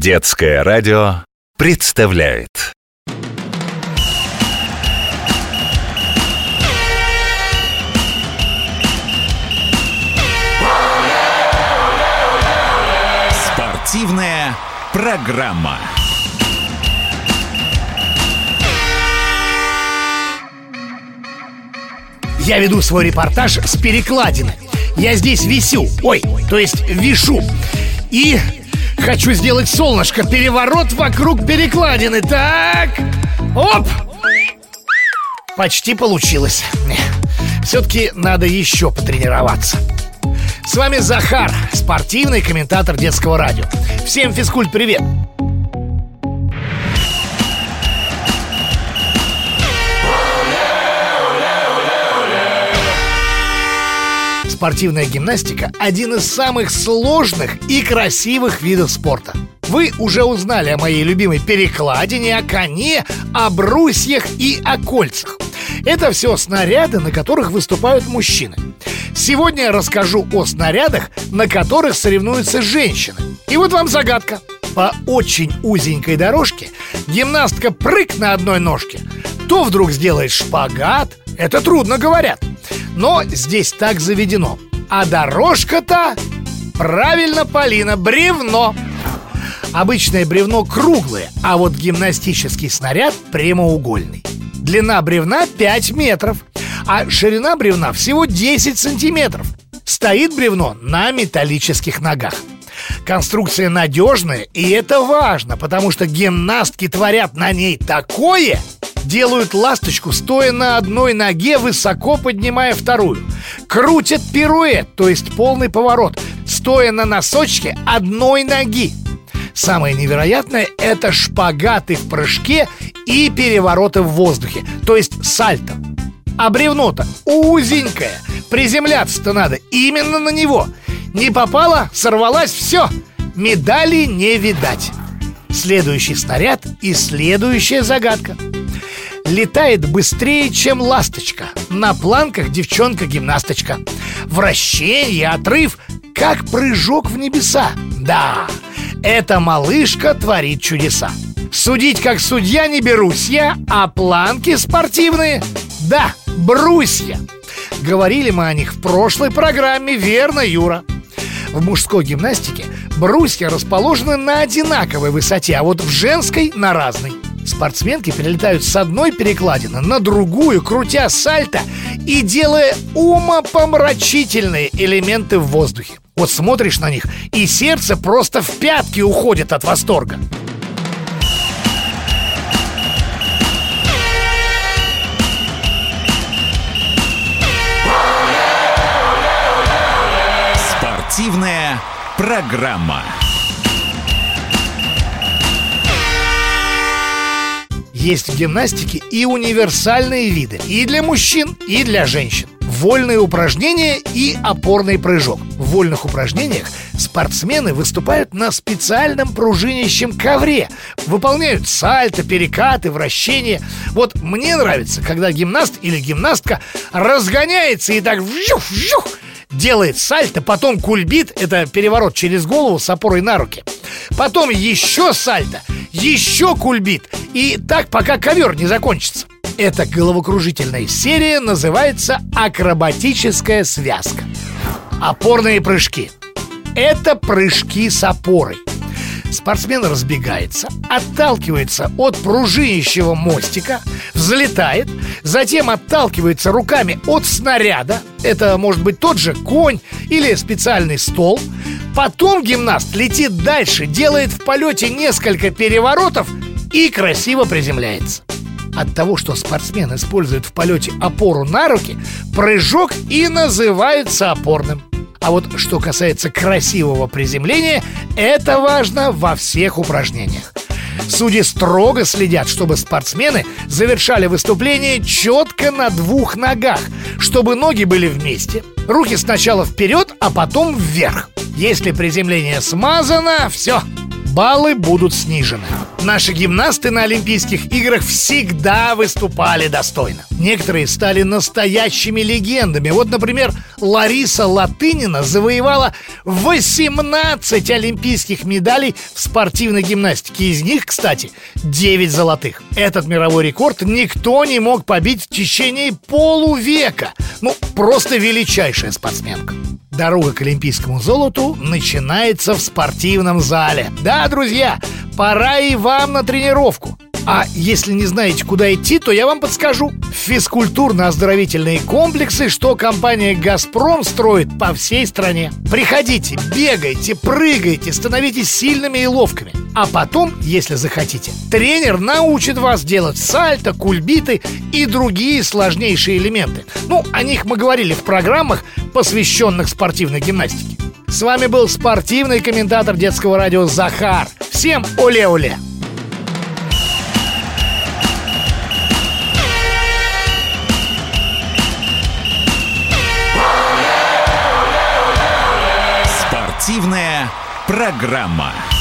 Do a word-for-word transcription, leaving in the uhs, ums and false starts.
Детское радио представляет спортивная программа. Я веду свой репортаж с перекладины. Я здесь висю, ой, то есть вишу. И хочу сделать, солнышко, переворот вокруг перекладины. Так, оп! Почти получилось. Все-таки надо еще потренироваться. С вами Захар, спортивный комментатор детского радио. Всем физкульт привет! Спортивная гимнастика – один из самых сложных и красивых видов спорта. Вы уже узнали о моей любимой перекладине, о коне, о брусьях и о кольцах. Это все снаряды, на которых выступают мужчины. Сегодня я расскажу о снарядах, на которых соревнуются женщины. И вот вам загадка. По очень узенькой дорожке гимнастка прыг на одной ножке, то вдруг сделает шпагат. Это трудно, говорят. Но здесь так заведено. А дорожка-то, правильно, Полина, бревно. Обычное бревно круглое, а вот гимнастический снаряд прямоугольный. Длина бревна пять метров, а ширина бревна всего десять сантиметров. Стоит бревно на металлических ногах. Конструкция надежная, и это важно, потому что гимнастки творят на ней такое. Делают ласточку, стоя на одной ноге, высоко поднимая вторую. Крутят пируэт, то есть полный поворот, стоя на носочке одной ноги. Самое невероятное – это шпагаты в прыжке и перевороты в воздухе, то есть сальто. А бревно-то узенькое, приземляться-то надо именно на него. Не попало, сорвалась, все, медали не видать. Следующий снаряд и следующая загадка. Летает быстрее, чем ласточка. На планках девчонка-гимнасточка. Вращение, отрыв, как прыжок в небеса. Да, эта малышка творит чудеса. Судить как судья не берусь я, а планки спортивные, да, брусья. Говорили мы о них в прошлой программе, верно, Юра? В мужской гимнастике брусья расположены на одинаковой высоте, а вот в женской – на разной. Спортсменки перелетают с одной перекладины на другую, крутя сальто и делая умопомрачительные элементы в воздухе. Вот смотришь на них, и сердце просто в пятки уходит от восторга. Спортивная программа. Есть в гимнастике и универсальные виды, и для мужчин, и для женщин. Вольные упражнения и опорный прыжок. В вольных упражнениях спортсмены выступают на специальном пружинящем ковре, выполняют сальто, перекаты, вращения. Вот мне нравится, когда гимнаст или гимнастка разгоняется и так вжух-вжух делает сальто, потом кульбит, это переворот через голову с опорой на руки. Потом еще сальто, еще кульбит, и так пока ковер не закончится. Эта головокружительная серия называется акробатическая связка. Опорные прыжки. Это прыжки с опорой. Спортсмен разбегается, отталкивается от пружинящего мостика, взлетает, затем отталкивается руками от снаряда. Это может быть тот же конь или специальный стол. Потом гимнаст летит дальше, делает в полете несколько переворотов и красиво приземляется. От того, что спортсмен использует в полете опору на руки, прыжок и называется опорным. А вот что касается красивого приземления, это важно во всех упражнениях. Судьи строго следят, чтобы спортсмены завершали выступление четко на двух ногах, чтобы ноги были вместе, руки сначала вперед, а потом вверх. Если приземление смазано, все, баллы будут снижены. Наши гимнасты на Олимпийских играх всегда выступали достойно. Некоторые стали настоящими легендами. Вот, например, Лариса Латынина завоевала восемнадцать олимпийских медалей в спортивной гимнастике. Из них, кстати, девять золотых. Этот мировой рекорд никто не мог побить в течение полувека. Ну, просто величайшая спортсменка. Дорога к олимпийскому золоту начинается в спортивном зале. Да, друзья, пора и вам на тренировку. А если не знаете, куда идти, то я вам подскажу. Физкультурно-оздоровительные комплексы, что компания «Газпром» строит по всей стране. Приходите, бегайте, прыгайте, становитесь сильными и ловкими. А потом, если захотите, тренер научит вас делать сальто, кульбиты и другие сложнейшие элементы. Ну, о них мы говорили в программах, посвященных спортивной гимнастике. С вами был спортивный комментатор детского радио Захар. Всем оле-оле! Спортивная программа.